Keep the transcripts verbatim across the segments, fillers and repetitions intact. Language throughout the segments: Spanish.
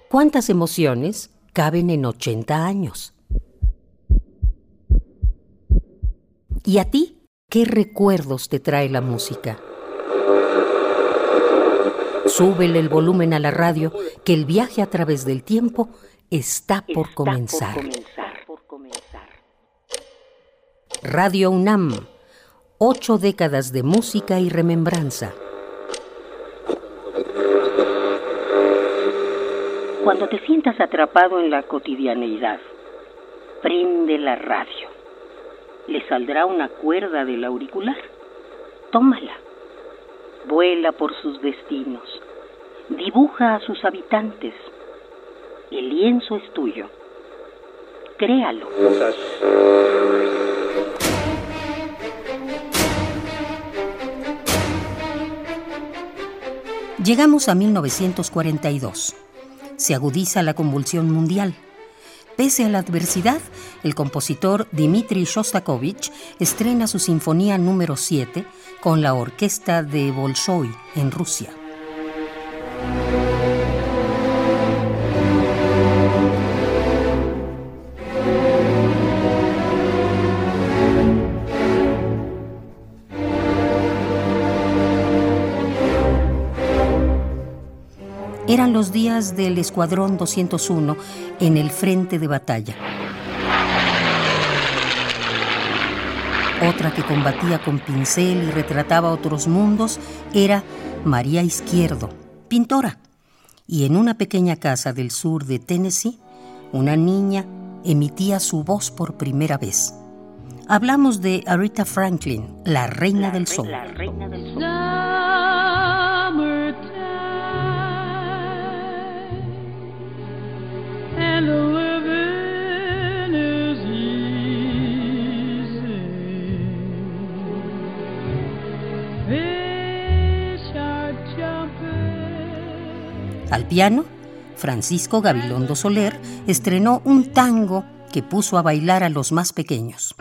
¿Cuántas emociones caben en ochenta años? ¿Y a ti qué recuerdos te trae la música? Súbele el volumen a la radio, que el viaje a través del tiempo está por Está comenzar. por comenzar, por comenzar. Radio UNAM, ocho décadas de música y remembranza. Cuando te sientas atrapado en la cotidianeidad, prende la radio. Le saldrá una cuerda del auricular. Tómala. Vuela por sus destinos. Dibuja a sus habitantes. El lienzo es tuyo. Créalo. Llegamos a mil novecientos cuarenta y dos. Se agudiza la convulsión mundial. Pese a la adversidad, el compositor Dmitri Shostakovich estrena su Sinfonía número siete con la orquesta de Bolshoi en Rusia. Eran los días del Escuadrón doscientos uno en el frente de batalla. Otra que combatía con pincel y retrataba otros mundos era María Izquierdo, pintora. Y en una pequeña casa del sur de Tennessee, una niña emitía su voz por primera vez. Hablamos de Aretha Franklin, la reina La del re- sol. La reina del sol. And living is easy. Fish are jumping. Al piano, Francisco Gabilondo Soler estrenó un tango que puso a bailar a los más pequeños.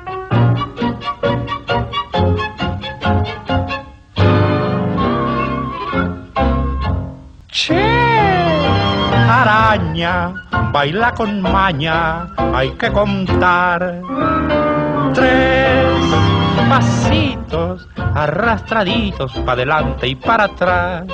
Araña, baila con maña, hay que contar. Tres pasitos arrastraditos para adelante y para atrás.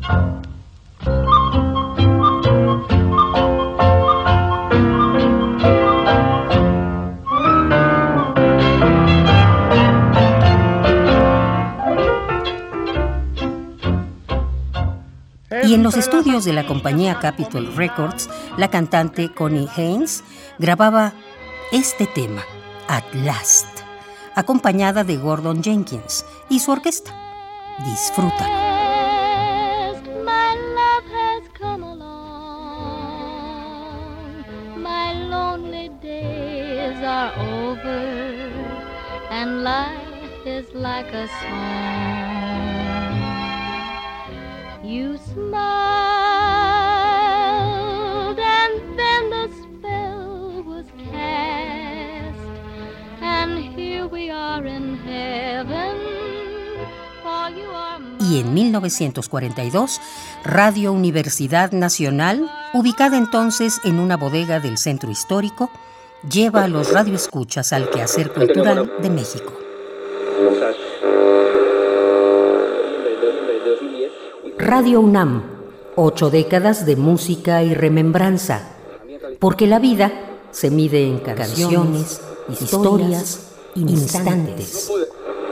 Y en los estudios de la compañía Capitol Records, la cantante Connie Haynes grababa este tema, At Last, acompañada de Gordon Jenkins y su orquesta. Disfrútalo. My love has come along. My lonely days are over, and life is like a song. You smiled, and then the spell was cast, and here we are in heaven, for you are mine. Y en mil novecientos cuarenta y dos, Radio Universidad Nacional, ubicada entonces en una bodega del centro histórico, lleva a los radioescuchas al quehacer cultural de México. Radio UNAM, ocho décadas de música y remembranza, porque la vida se mide en canciones, historias, instantes.